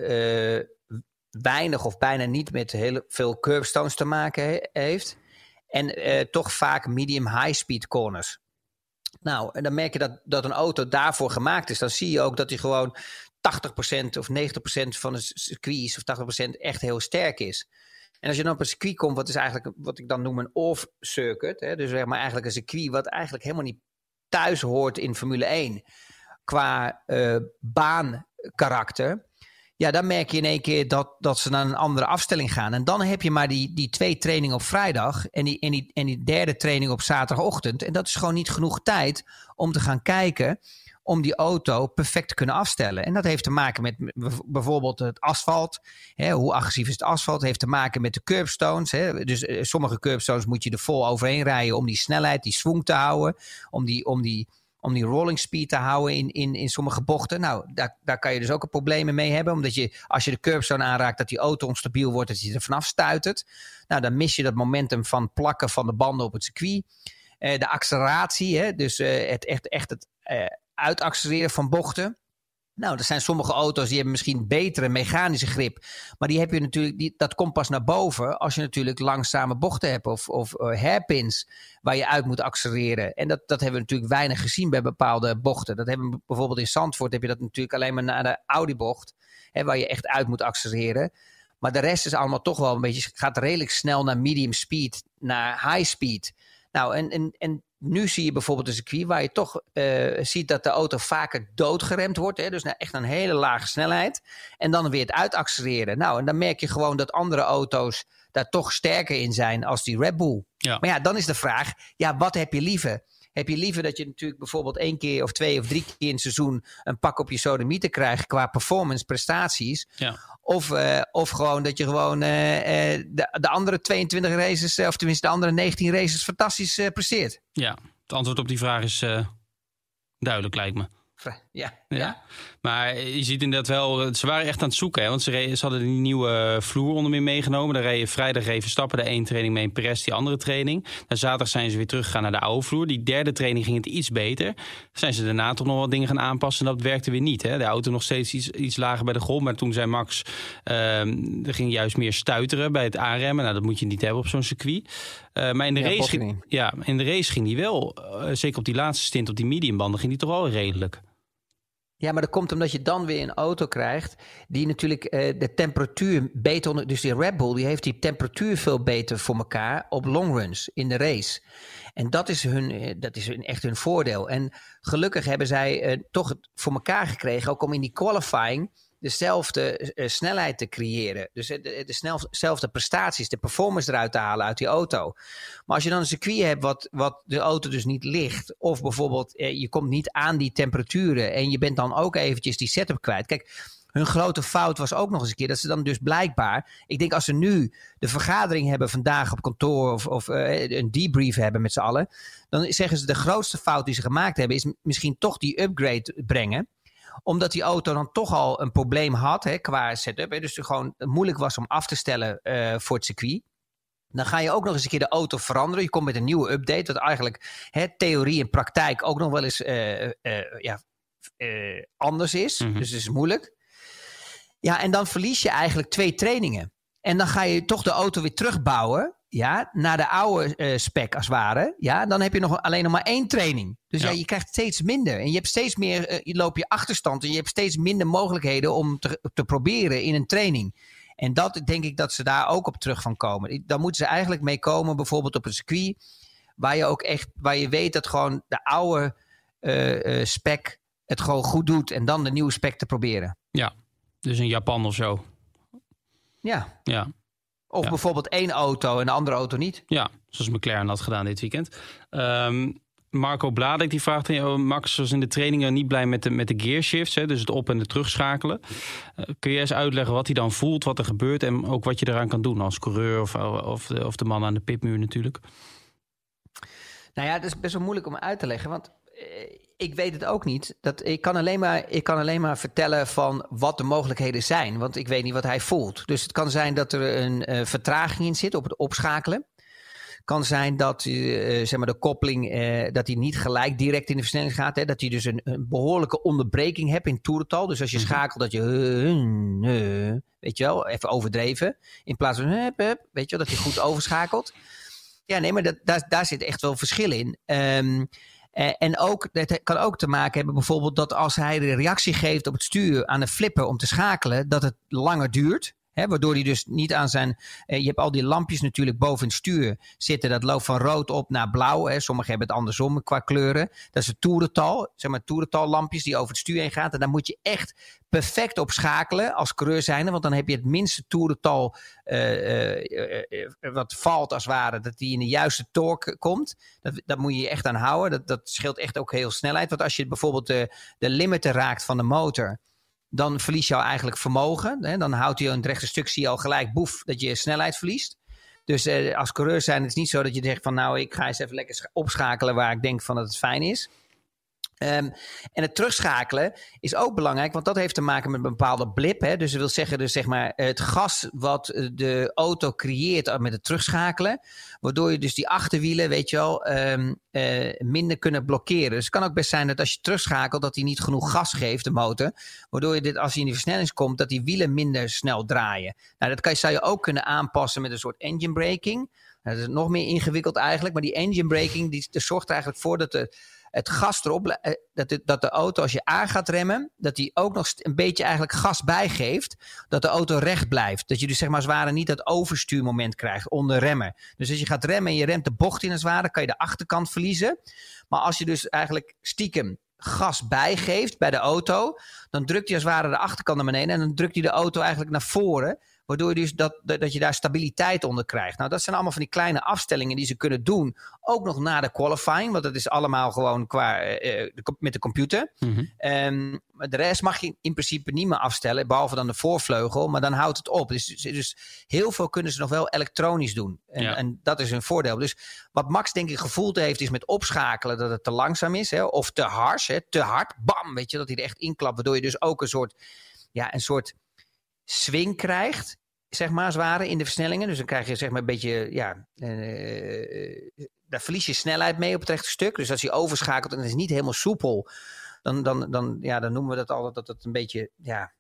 ze weinig of bijna niet met heel veel curbstones te maken heeft. En toch vaak medium-high speed corners. Nou, en dan merk je dat een auto daarvoor gemaakt is. Dan zie je ook dat hij gewoon 80% of 90% van de circuits of 80% echt heel sterk is. En als je dan op een circuit komt, wat is eigenlijk wat ik dan noem een off-circuit. Hè? Dus zeg maar eigenlijk een circuit wat eigenlijk helemaal niet thuis hoort in Formule 1. Qua baankarakter. Ja, dan merk je in één keer dat ze naar een andere afstelling gaan. En dan heb je maar die 2 trainingen op vrijdag en die derde training op zaterdagochtend. En dat is gewoon niet genoeg tijd om te gaan kijken om die auto perfect te kunnen afstellen. En dat heeft te maken met bijvoorbeeld het asfalt. Hè, hoe agressief is het asfalt? Het heeft te maken met de curbstones. Hè. Dus sommige curbstones moet je er vol overheen rijden om die snelheid, die swing te houden. Om die rolling speed te houden in sommige bochten. Nou, daar kan je dus ook een probleem mee hebben. Omdat als je de curbstone aanraakt, dat die auto onstabiel wordt, dat je er vanaf stuitert. Nou, dan mis je dat momentum van plakken van de banden op het circuit. De acceleratie, hè, dus het uitaccelereren van bochten. Nou, er zijn sommige auto's die hebben misschien betere mechanische grip. Maar die heb je natuurlijk, dat komt pas naar boven als je natuurlijk langzame bochten hebt of hairpins waar je uit moet accelereren. En dat hebben we natuurlijk weinig gezien bij bepaalde bochten. Dat hebben we bijvoorbeeld in Zandvoort heb je dat natuurlijk alleen maar naar de Audi-bocht, hè, waar je echt uit moet accelereren. Maar de rest is allemaal toch wel een beetje, gaat redelijk snel naar medium speed, naar high speed. Nou, en nu zie je bijvoorbeeld een circuit waar je toch ziet dat de auto vaker doodgeremd wordt. Hè? Dus echt een hele lage snelheid. En dan weer het uitaccelereren. Nou, en dan merk je gewoon dat andere auto's daar toch sterker in zijn als die Red Bull. Ja. Maar ja, dan is de vraag, ja, wat heb je liever? Heb je liever dat je natuurlijk bijvoorbeeld 1 keer of 2 of 3 keer in het seizoen een pak op je sodemieter krijgt qua performance prestaties? Ja. Of gewoon dat je gewoon de andere 22 races, of tenminste de andere 19 races fantastisch presteert. Ja, het antwoord op die vraag is duidelijk, lijkt me. Ja. Maar je ziet inderdaad wel, ze waren echt aan het zoeken. Hè? Want ze hadden die nieuwe vloer onder meer meegenomen. Daar reden vrijdag even stappen, de 1 training mee in Perez, die andere training. Na zaterdag zijn ze weer teruggegaan naar de oude vloer. Die derde training ging het iets beter. Zijn ze daarna toch nog wat dingen gaan aanpassen en dat werkte weer niet. Hè? De auto nog steeds iets lager bij de grond. Maar toen zei Max, er ging juist meer stuiteren bij het aanremmen. Nou, dat moet je niet hebben op zo'n circuit. Maar in de race ging die wel, zeker op die laatste stint op die mediumbanden, ging die toch wel redelijk. Ja, maar dat komt omdat je dan weer een auto krijgt die natuurlijk de temperatuur beter dus die Red Bull die heeft die temperatuur veel beter voor elkaar op longruns in de race. En dat is echt hun voordeel. En gelukkig hebben zij toch het voor elkaar gekregen, ook om in die qualifying dezelfde snelheid te creëren. Dus dezelfde prestaties, de performance eruit te halen uit die auto. Maar als je dan een circuit hebt wat de auto dus niet ligt, of bijvoorbeeld je komt niet aan die temperaturen en je bent dan ook eventjes die setup kwijt. Kijk, hun grote fout was ook nog eens een keer dat ze dan dus blijkbaar, ik denk als ze nu de vergadering hebben vandaag op kantoor of een debrief hebben met z'n allen, dan zeggen ze de grootste fout die ze gemaakt hebben is misschien toch die upgrade brengen. Omdat die auto dan toch al een probleem had qua setup. Dus het gewoon moeilijk was om af te stellen voor het circuit. Dan ga je ook nog eens een keer de auto veranderen. Je komt met een nieuwe update. Dat eigenlijk theorie en praktijk ook nog wel eens anders is. Mm-hmm. Dus het is moeilijk. Ja, en dan verlies je eigenlijk 2 trainingen. En dan ga je toch de auto weer terugbouwen. Ja, naar de oude spec als het ware. Ja, dan heb je alleen nog maar 1 training. Dus ja, je krijgt steeds minder. En je hebt steeds meer, je loopt je achterstand. En je hebt steeds minder mogelijkheden om te proberen in een training. En dat denk ik dat ze daar ook op terug van komen. Dan moeten ze eigenlijk mee komen, bijvoorbeeld op een circuit. Waar je weet dat gewoon de oude spec het gewoon goed doet. En dan de nieuwe spec te proberen. Ja, dus in Japan of zo. Ja. Of bijvoorbeeld 1 auto en de andere auto niet. Ja, zoals McLaren had gedaan dit weekend. Marco Bladek die vraagt... Max was in de trainingen niet blij met de gearshifts. Hè, dus het op- en het terugschakelen. Kun je eens uitleggen wat hij dan voelt, wat er gebeurt... en ook wat je eraan kan doen als coureur of de man aan de pitmuur natuurlijk? Nou ja, het is best wel moeilijk om uit te leggen. Want ik weet het ook niet. Ik kan alleen maar vertellen van wat de mogelijkheden zijn. Want ik weet niet wat hij voelt. Dus het kan zijn dat er een vertraging in zit op het opschakelen. Kan zijn dat de koppeling dat hij niet gelijk direct in de versnelling gaat. Hè? Dat hij dus een behoorlijke onderbreking hebt in toerental. Dus als je schakelt dat je... weet je wel, even overdreven. In plaats van... weet je wel, dat hij goed overschakelt. Ja, nee, maar daar zit echt wel verschil in. En ook, dat kan ook te maken hebben bijvoorbeeld dat als hij de reactie geeft op het stuur aan de flipper om te schakelen, dat het langer duurt. Hè, waardoor hij dus niet aan zijn... je hebt al die lampjes natuurlijk boven het stuur zitten. Dat loopt van rood op naar blauw. Hè. Sommigen hebben het andersom qua kleuren. Dat is het toerental. Zeg maar toerental-lampjes die over het stuur heen gaan. En daar moet je echt perfect op schakelen als coureur zijnde. Want dan heb je het minste toerental wat valt als het ware. Dat die in de juiste torque komt. Dat moet je je echt aan houden. Dat scheelt echt ook heel snelheid. Want als je bijvoorbeeld de limiter raakt van de motor, dan verlies je al eigenlijk vermogen. Hè? Dan houdt hij in het rechte stuk, zie je al gelijk, boef, dat je snelheid verliest. Dus als coureur zijn, het is niet zo dat je zegt van nou, ik ga eens even lekker opschakelen waar ik denk van dat het fijn is. En het terugschakelen is ook belangrijk, want dat heeft te maken met een bepaalde blip. Hè? Dus dat wil zeggen, dus zeg maar, het gas wat de auto creëert met het terugschakelen, waardoor je dus die achterwielen, weet je wel, minder kunnen blokkeren. Dus het kan ook best zijn dat als je terugschakelt, dat hij niet genoeg gas geeft, de motor. Waardoor je als hij in de versnelling komt, dat die wielen minder snel draaien. Nou, dat zou je ook kunnen aanpassen met een soort engine braking. Nou, dat is nog meer ingewikkeld eigenlijk, maar die engine braking die zorgt er eigenlijk voor dat het gas erop, dat de auto als je aan gaat remmen, dat die ook nog een beetje eigenlijk gas bijgeeft, dat de auto recht blijft. Dat je dus zeg maar als het ware niet dat overstuurmoment krijgt onder remmen. Dus als je gaat remmen en je remt de bocht in als het ware, kan je de achterkant verliezen. Maar als je dus eigenlijk stiekem gas bijgeeft bij de auto, dan drukt hij als het ware de achterkant naar beneden en dan drukt hij de auto eigenlijk naar voren. Waardoor je dus dat je daar stabiliteit onder krijgt. Nou, dat zijn allemaal van die kleine afstellingen die ze kunnen doen. Ook nog na de qualifying. Want dat is allemaal gewoon met de computer. Mm-hmm. De rest mag je in principe niet meer afstellen. Behalve dan de voorvleugel. Maar dan houdt het op. Dus heel veel kunnen ze nog wel elektronisch doen. En dat is hun voordeel. Dus wat Max denk ik gevoeld heeft is met opschakelen dat het te langzaam is. Hè, of te hard. Hè, te hard. Bam. Weet je, dat hij er echt inklapt. Waardoor je dus ook een soort swing krijgt, zeg maar, als het ware, in de versnellingen. Dus dan krijg je zeg maar een beetje, daar verlies je snelheid mee op het rechte stuk. Dus als je overschakelt en het is niet helemaal soepel, dan noemen we dat altijd dat het een beetje,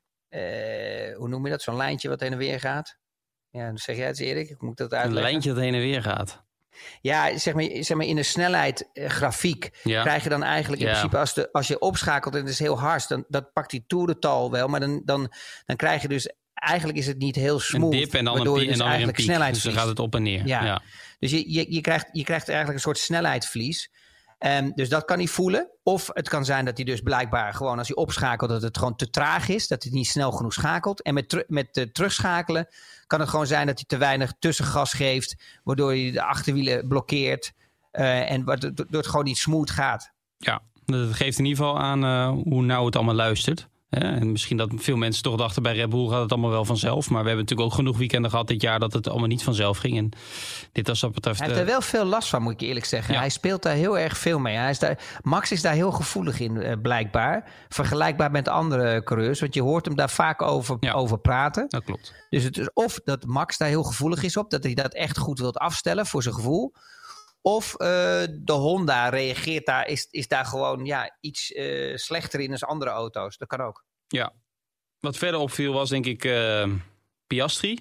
hoe noem je dat? Zo'n lijntje wat heen en weer gaat. Ja, dan zeg jij het, Erik. Moet ik dat uitleggen? Een lijntje dat heen en weer gaat. Ja, zeg maar in de snelheid grafiek krijg je dan eigenlijk in principe als je opschakelt en het is heel hard, dan pakt die toerental wel, maar dan krijg je dus eigenlijk is het niet heel smooth. Een dip en dan een piek, en dan weer een piek. Dus dan gaat het op en neer. Ja. Dus je krijgt eigenlijk een soort snelheidsverlies. Dus dat kan hij voelen. Of het kan zijn dat hij dus blijkbaar gewoon als hij opschakelt dat het gewoon te traag is. Dat hij niet snel genoeg schakelt. En met terugschakelen kan het gewoon zijn dat hij te weinig tussengas geeft. Waardoor hij de achterwielen blokkeert. En waardoor het gewoon niet smooth gaat. Ja, dat geeft in ieder geval aan hoe nauw het allemaal luistert. En misschien dat veel mensen toch dachten bij Red Bull gaat het allemaal wel vanzelf. Maar we hebben natuurlijk ook genoeg weekenden gehad dit jaar dat het allemaal niet vanzelf ging. En dit als dat betreft, hij heeft er wel veel last van, moet ik eerlijk zeggen. Ja. Hij speelt daar heel erg veel mee. Max is daar heel gevoelig in, blijkbaar. Vergelijkbaar met andere coureurs. Want je hoort hem daar vaak over praten. Dat klopt. Dus het is of dat Max daar heel gevoelig is op. Dat hij dat echt goed wilt afstellen voor zijn gevoel. Of de Honda reageert daar, is daar gewoon iets slechter in dan andere auto's. Dat kan ook. Ja. Wat verder opviel was denk ik Piastri.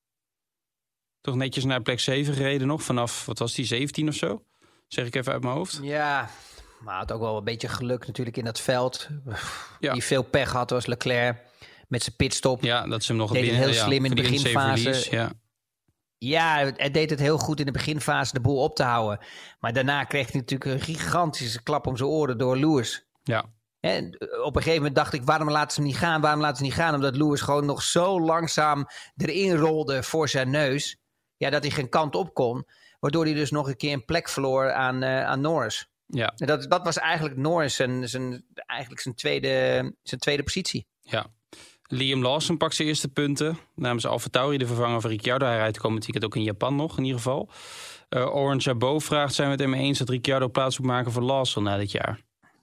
Toch netjes naar plek 7 gereden nog. Vanaf, wat was die, 17 of zo? Zeg ik even uit mijn hoofd. Ja, maar had ook wel een beetje geluk natuurlijk in dat veld. Die veel pech had was Leclerc met zijn pitstop. Ja, dat ze hem nog deed het heel slim in de beginfase. Verlies, Ja, hij deed het heel goed in de beginfase de boel op te houden. Maar daarna kreeg hij natuurlijk een gigantische klap om zijn oren door Lewis. Ja. En op een gegeven moment dacht ik, waarom laten ze hem niet gaan? Omdat Lewis gewoon nog zo langzaam erin rolde voor zijn neus. Ja, dat hij geen kant op kon. Waardoor hij dus nog een keer een plek verloor aan Norris. Ja. En dat was eigenlijk Norris zijn tweede positie. Ja. Liam Lawson pakt zijn eerste punten namens AlphaTauri, de vervanger van Ricciardo. Hij rijdt komend weekend ook in Japan nog, in ieder geval. Orange Jabot vraagt, zijn we het ermee eens dat Ricciardo plaats moet maken voor Lawson na dit jaar?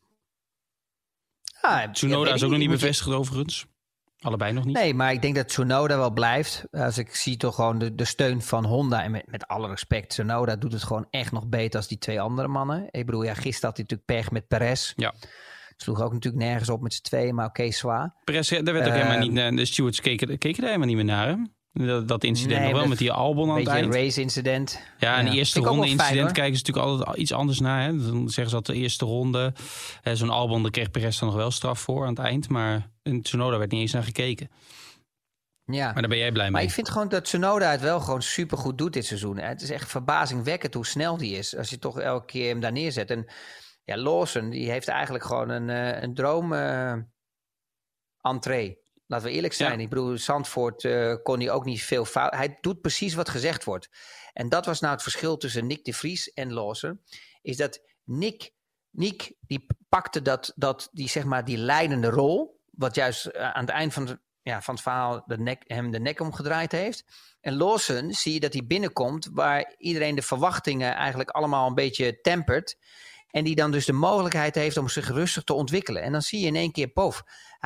Tsunoda is ook nog niet bevestigd overigens. Allebei nog niet. Nee, maar ik denk dat Tsunoda wel blijft. Als ik zie toch gewoon de steun van Honda. En met alle respect, Tsunoda doet het gewoon echt nog beter als die twee andere mannen. Ik bedoel, gisteren had hij natuurlijk pech met Perez. Ja. Sloeg ook natuurlijk nergens op met z'n tweeën, maar oké, zwaar. Perez, daar werd ook helemaal niet... De stewards keken er helemaal niet meer naar, hè? Dat incident nog wel met die Albon aan het eind. Een race-incident. Ja, en de eerste ronde incident kijken ze natuurlijk altijd iets anders naar. Hè? Dan zeggen ze dat de eerste ronde... zo'n Albon, daar kreeg Perez dan nog wel straf voor aan het eind. Maar in Tsunoda werd niet eens naar gekeken. Ja. Maar daar ben jij blij mee. Maar ik vind gewoon dat Tsunoda het wel gewoon supergoed doet dit seizoen. Het is echt verbazingwekkend hoe snel die is. Als je toch elke keer hem daar neerzet. En ja, Lawson, die heeft eigenlijk gewoon een droom entree. Laten we eerlijk zijn. Ja. Ik bedoel, Zandvoort kon hij ook niet veel fout. Hij doet precies wat gezegd wordt. En dat was nou het verschil tussen Nick de Vries en Lawson. Is dat Nick die pakte die, zeg maar, die leidende rol. Wat juist aan het eind van het verhaal hem de nek omgedraaid heeft. En Lawson zie je dat hij binnenkomt waar iedereen de verwachtingen eigenlijk allemaal een beetje tempert. En die dan dus de mogelijkheid heeft om zich rustig te ontwikkelen. En dan zie je in één keer, pof.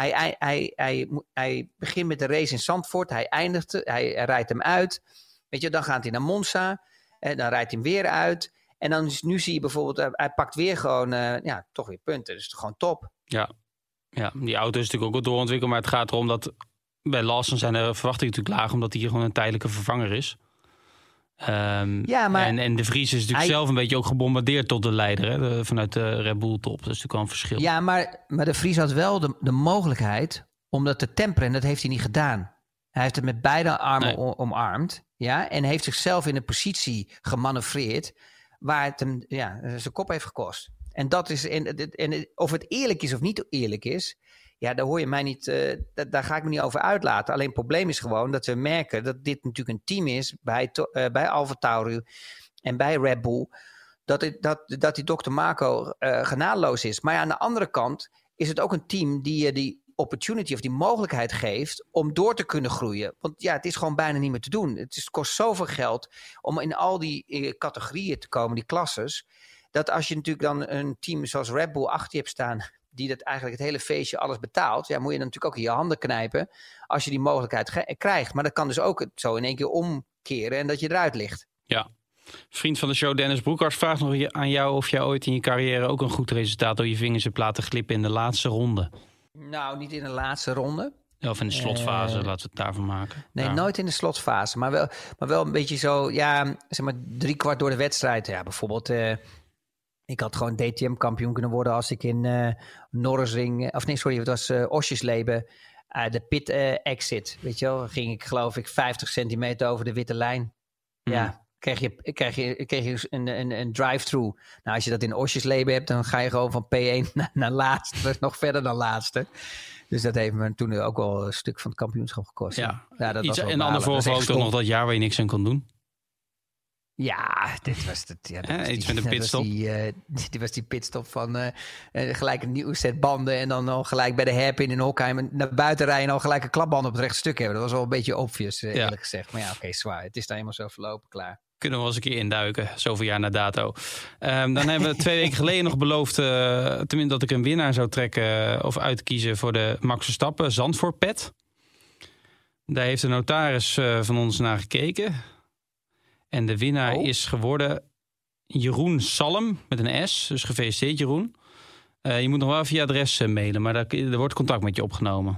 Hij begint met de race in Zandvoort. Hij rijdt hem uit. Weet je, dan gaat hij naar Monza. En dan rijdt hij hem weer uit. En dan nu zie je bijvoorbeeld, hij pakt weer gewoon, toch weer punten. Dus gewoon top. Ja, die auto is natuurlijk ook wel doorontwikkeld. Maar het gaat erom dat bij Lawson zijn de verwachtingen natuurlijk laag. Omdat hij hier gewoon een tijdelijke vervanger is. En de Vries is natuurlijk zelf een beetje ook gebombardeerd tot de leider, hè, vanuit de Red Bull top. Dat is natuurlijk wel een verschil. Ja, maar de Vries had wel de mogelijkheid om dat te temperen. En dat heeft hij niet gedaan. Hij heeft het met beide armen omarmd. Ja, en heeft zichzelf in een positie gemanoeuvreerd waar het hem zijn kop heeft gekost. En dat is en of het eerlijk is of niet eerlijk is. Ja, daar hoor je mij niet. Daar ga ik me niet over uitlaten. Alleen het probleem is gewoon dat we merken dat dit natuurlijk een team is bij AlphaTauri en bij Red Bull. Dat die Dr. Marco genadeloos is. Maar ja, aan de andere kant is het ook een team die opportunity of die mogelijkheid geeft om door te kunnen groeien. Want ja, het is gewoon bijna niet meer te doen. Het kost zoveel geld om in al die categorieën te komen, die klasses. Dat als je natuurlijk dan een team zoals Red Bull achter je hebt staan, die dat eigenlijk het hele feestje alles betaalt, ja, moet je dan natuurlijk ook in je handen knijpen als je die mogelijkheid krijgt. Maar dat kan dus ook zo in één keer omkeren en dat je eruit ligt. Ja. Vriend van de show Dennis Broekhars vraagt nog aan jou of jij ooit in je carrière ook een goed resultaat door je vingers hebt laten glippen in de laatste ronde. Nou, niet in de laatste ronde. Of in de slotfase, laten we het daarvan maken. Nee, nooit in de slotfase. Maar wel een beetje zo, zeg maar 3/4 door de wedstrijd. Ja, bijvoorbeeld, ik had gewoon DTM-kampioen kunnen worden als ik in Norrisring, het was Osjesleben, de pit exit. Weet je wel, ging ik geloof ik 50 centimeter over de witte lijn. Ja. Krijg je een drive-through. Nou, als je dat in Osjesleben hebt, dan ga je gewoon van P1 naar laatste. Nog verder dan laatste. Dus dat heeft me toen ook wel een stuk van het kampioenschap gekost. Ja, dat was een ander voorval ook toch nog dat jaar waar je niks aan kon doen. Ja, dit was het. Ja, iets met een pitstop. Dit was die pitstop van gelijk een nieuwe set banden. En dan al gelijk bij de hairpin in Hockenheim naar buiten rijden en al gelijk een klapband op het rechte stuk hebben. Dat was wel een beetje obvious, eerlijk gezegd. Maar ja, oké, zwaar. Het is dan helemaal zo verlopen, klaar. Kunnen we wel eens een keer induiken, zoveel jaar na dato. Dan hebben we 2 weken geleden nog beloofd, tenminste dat ik een winnaar zou trekken of uitkiezen voor de Max Verstappen Zandvoort pet. Daar heeft de notaris van ons naar gekeken. En de winnaar is geworden Jeroen Salm met een S. Dus gefeliciteerd Jeroen. Je moet nog wel even je adres mailen, maar er wordt contact met je opgenomen.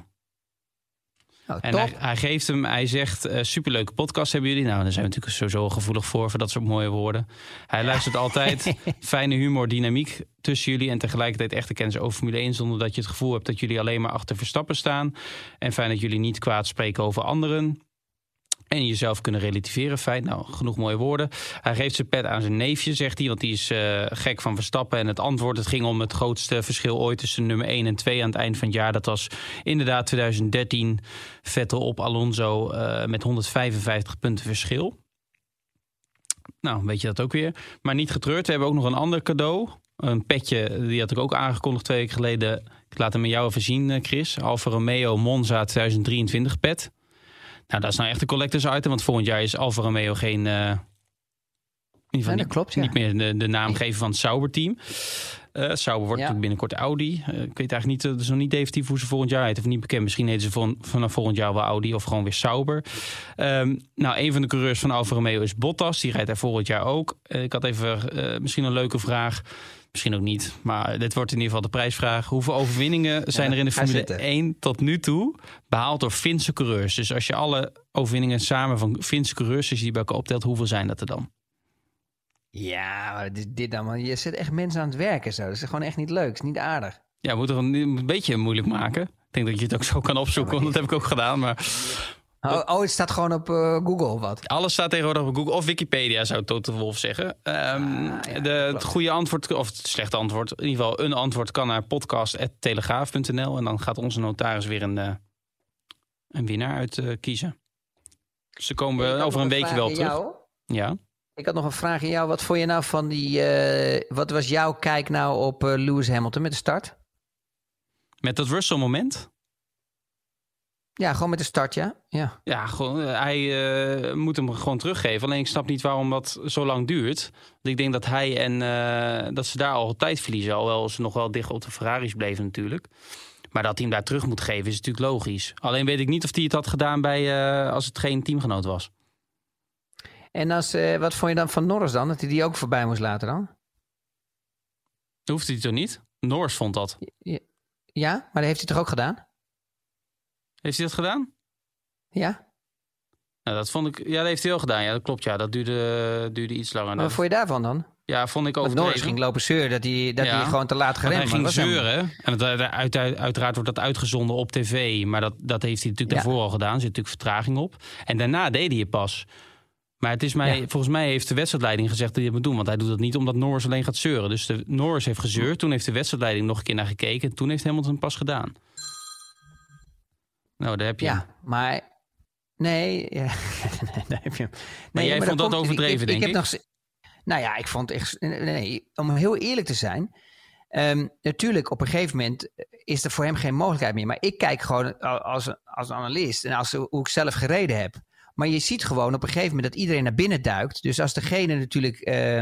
Oh, en hij zegt, superleuke podcast hebben jullie. Nou, daar zijn we natuurlijk sowieso gevoelig voor dat soort mooie woorden. Hij luistert altijd, fijne humor, dynamiek tussen jullie en tegelijkertijd echte kennis over Formule 1... zonder dat je het gevoel hebt dat jullie alleen maar achter Verstappen staan. En fijn dat jullie niet kwaad spreken over anderen. En jezelf kunnen relativeren. Feit, nou, genoeg mooie woorden. Hij geeft zijn pet aan zijn neefje, zegt hij. Want die is gek van Verstappen. En het antwoord, het ging om het grootste verschil ooit tussen nummer 1 en 2 aan het eind van het jaar. Dat was inderdaad 2013. Vettel op Alonso met 155 punten verschil. Nou, weet je dat ook weer. Maar niet getreurd. We hebben ook nog een ander cadeau. Een petje, die had ik ook aangekondigd 2 weken geleden. Ik laat hem met jou even zien, Chris. Alfa Romeo Monza 2023 pet. Nou, dat is nou echt een collectors item. Want volgend jaar is Alfa Romeo geen... dat klopt, ja. Niet meer de naam geven van het Sauber-team. Sauber wordt natuurlijk binnenkort Audi. Ik weet eigenlijk niet, het is nog niet definitief hoe ze volgend jaar heet. Of niet bekend. Misschien heten ze vanaf volgend jaar wel Audi of gewoon weer Sauber. Een van de coureurs van Alfa Romeo is Bottas. Die rijdt daar volgend jaar ook. Ik had even misschien een leuke vraag. Misschien ook niet, maar dit wordt in ieder geval de prijsvraag. Hoeveel overwinningen zijn er in de Formule 1 tot nu toe behaald door Finse coureurs? Dus als je alle overwinningen samen van Finse coureurs, als je die bij elkaar optelt, hoeveel zijn dat er dan? Ja, maar dit dan, man. Je zet echt mensen aan het werken zo. Dat is gewoon echt niet leuk. Dat is niet aardig. Ja, we moeten het een beetje moeilijk maken. Ik denk dat je het ook zo kan opzoeken, want dat heb ik ook gedaan. Maar... het staat gewoon op Google of wat? Alles staat tegenwoordig op Google of Wikipedia, zou Toto Wolff zeggen. Het goede antwoord, of het slechte antwoord, in ieder geval een antwoord kan naar podcast@telegraaf.nl. En dan gaat onze notaris weer een winnaar uit kiezen. Dus dan komen we over een weekje wel terug. Ja. Ik had nog een vraag aan jou. Wat vond je nou van die... wat was jouw kijk nou op Lewis Hamilton met de start? Met dat Russell-moment? Ja, gewoon met de start, ja. Ja, gewoon, hij moet hem gewoon teruggeven. Alleen ik snap niet waarom dat zo lang duurt. Want ik denk dat hij en dat ze daar al tijd verliezen. Alhoewel ze nog wel dicht op de Ferraris bleven natuurlijk. Maar dat hij hem daar terug moet geven is natuurlijk logisch. Alleen weet ik niet of hij het had gedaan als het geen teamgenoot was. En wat vond je dan van Norris dan? Dat hij die ook voorbij moest laten dan? Hoeft hij toch niet? Norris vond dat. Ja, maar dat heeft hij toch ook gedaan? Heeft hij dat gedaan? Ja. Nou, dat vond ik... Ja, dat heeft hij wel gedaan. Ja, dat klopt. Ja, dat duurde iets langer. Maar wat vond je daarvan dan? Ja, vond ik ook. Norris ging lopen zeuren dat hij gewoon te laat geremd. Hij ging zeuren. En uiteraard wordt dat uitgezonden op tv. Maar dat heeft hij natuurlijk daarvoor al gedaan. Er zit natuurlijk vertraging op. En daarna deed hij het pas. Maar het is volgens mij heeft de wedstrijdleiding gezegd dat hij het moet doen. Want hij doet dat niet omdat Norris alleen gaat zeuren. Dus Norris heeft gezeurd. Toen heeft de wedstrijdleiding nog een keer naar gekeken. En toen heeft Hamilton het pas gedaan. Nou, daar heb je hem. Ja, maar... Nee, daar heb je hem. Maar jij vond dat overdreven, denk ik? Nou ja, ik vond echt... Nee, om heel eerlijk te zijn... natuurlijk, op een gegeven moment is er voor hem geen mogelijkheid meer. Maar ik kijk gewoon als analist en hoe ik zelf gereden heb. Maar je ziet gewoon op een gegeven moment dat iedereen naar binnen duikt. Dus als degene natuurlijk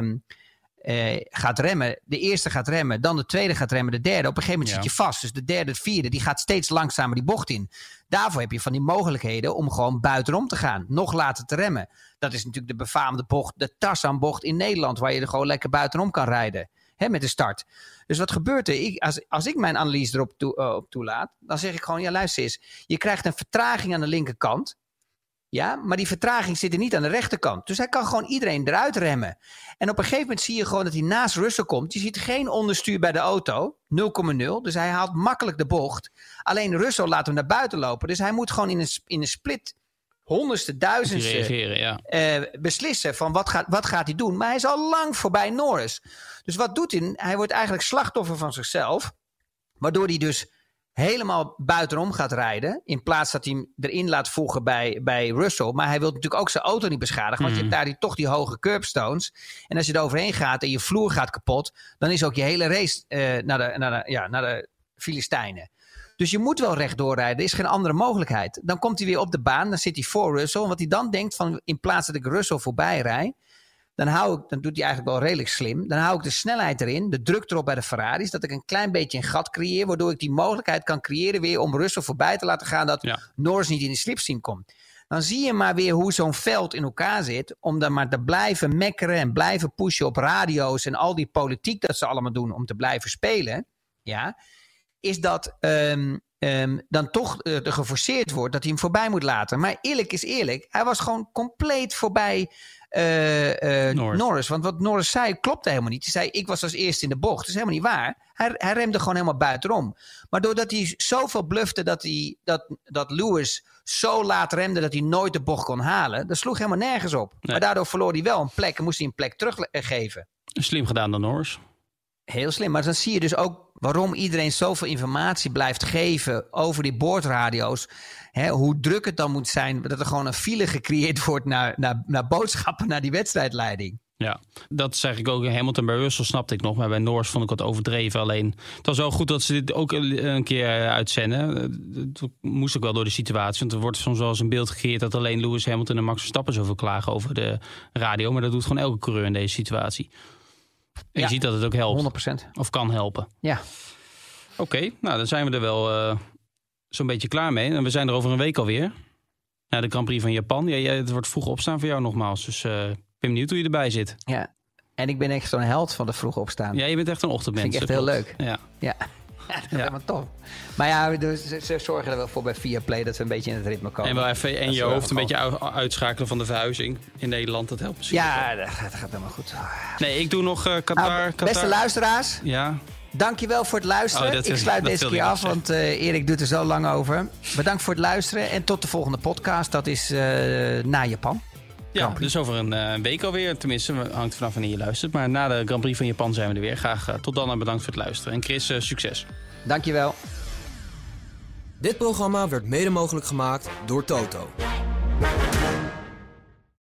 gaat remmen, de eerste gaat remmen, dan de tweede gaat remmen, de derde. Op een gegeven moment zit je vast. Dus de derde, de vierde, die gaat steeds langzamer die bocht in. Daarvoor heb je van die mogelijkheden om gewoon buitenom te gaan. Nog later te remmen. Dat is natuurlijk de befaamde bocht, de Tarzan-bocht in Nederland, waar je er gewoon lekker buitenom kan rijden. Met de start. Dus wat gebeurt er? Als ik mijn analyse erop op toelaat, dan zeg ik gewoon, ja luister eens. Je krijgt een vertraging aan de linkerkant. Ja, maar die vertraging zit er niet aan de rechterkant. Dus hij kan gewoon iedereen eruit remmen. En op een gegeven moment zie je gewoon dat hij naast Russell komt. Je ziet geen onderstuur bij de auto. 0,0. Dus hij haalt makkelijk de bocht. Alleen Russell laat hem naar buiten lopen. Dus hij moet gewoon in een split honderdste, duizendste beslissen van wat gaat hij doen. Maar hij is al lang voorbij Norris. Dus wat doet hij? Hij wordt eigenlijk slachtoffer van zichzelf. Waardoor hij dus helemaal buitenom gaat rijden. In plaats dat hij hem erin laat voegen bij Russell. Maar hij wil natuurlijk ook zijn auto niet beschadigen. Want je hebt daar toch die hoge curbstones. En als je er overheen gaat en je vloer gaat kapot. Dan is ook je hele race naar de Filistijnen. Dus je moet wel rechtdoor rijden. Er is geen andere mogelijkheid. Dan komt hij weer op de baan. Dan zit hij voor Russell. En wat hij dan denkt van in plaats dat ik Russell voorbij rijd. Dan doet hij eigenlijk wel redelijk slim. Dan hou ik de snelheid erin, de druk erop bij de Ferraris. Dat ik een klein beetje een gat creëer. Waardoor ik die mogelijkheid kan creëren weer om Russell voorbij te laten gaan. Dat Norris niet in de slipstream komt. Dan zie je maar weer hoe zo'n veld in elkaar zit. Om dan maar te blijven mekkeren en blijven pushen op radio's. En al die politiek dat ze allemaal doen om te blijven spelen. Ja, is dat dan toch geforceerd wordt dat hij hem voorbij moet laten. Maar eerlijk is eerlijk. Hij was gewoon compleet voorbij Norris. Want wat Norris zei klopte helemaal niet. Hij zei, ik was als eerste in de bocht. Dat is helemaal niet waar. Hij remde gewoon helemaal buitenom. Maar doordat hij zoveel blufte dat Lewis zo laat remde dat hij nooit de bocht kon halen. Dat sloeg helemaal nergens op. Nee. Maar daardoor verloor hij wel een plek en moest hij een plek teruggeven. Slim gedaan door Norris. Heel slim. Maar dan zie je dus ook waarom iedereen zoveel informatie blijft geven over die boordradio's. Hoe druk het dan moet zijn dat er gewoon een file gecreëerd wordt naar boodschappen naar die wedstrijdleiding. Ja, dat is eigenlijk ook Hamilton bij Russell snapte ik nog. Maar bij Norris vond ik wat overdreven. Alleen, het was wel goed dat ze dit ook een keer uitzenden. Het moest ook wel door de situatie. Want er wordt soms wel eens een beeld gecreëerd dat alleen Lewis Hamilton en Max Verstappen zoveel klagen over de radio. Maar dat doet gewoon elke coureur in deze situatie. En je ziet dat het ook helpt. 100%. Of kan helpen. Ja. Oké, nou dan zijn we er wel zo'n beetje klaar mee. En we zijn er over een week alweer. Ja, de Grand Prix van Japan. Ja, het wordt vroeg opstaan voor jou nogmaals. Dus... ik ben benieuwd hoe je erbij zit. Ja, en ik ben echt zo'n held van de vroeg opstaan. Ja, je bent echt een ochtendmens. Vind ik echt heel leuk. Ja. Dat is helemaal tof. Maar ja, ze zorgen er wel voor bij Viaplay dat we een beetje in het ritme komen. En wel even in je hoofd een beetje uitschakelen van de verhuizing in Nederland. Dat helpt misschien. Ja, dat gaat helemaal goed. Nee, ik doe nog Qatar. Beste luisteraars. Ja. Dankjewel voor het luisteren. Ik sluit deze keer af, want Erik doet er zo lang over. Bedankt voor het luisteren en tot de volgende podcast. Dat is na Japan. Ja, dus over een week alweer. Tenminste, hangt vanaf wanneer je luistert. Maar na de Grand Prix van Japan zijn we er weer. Graag tot dan en bedankt voor het luisteren. En Chris, succes. Dankjewel. Dit programma werd mede mogelijk gemaakt door Toto.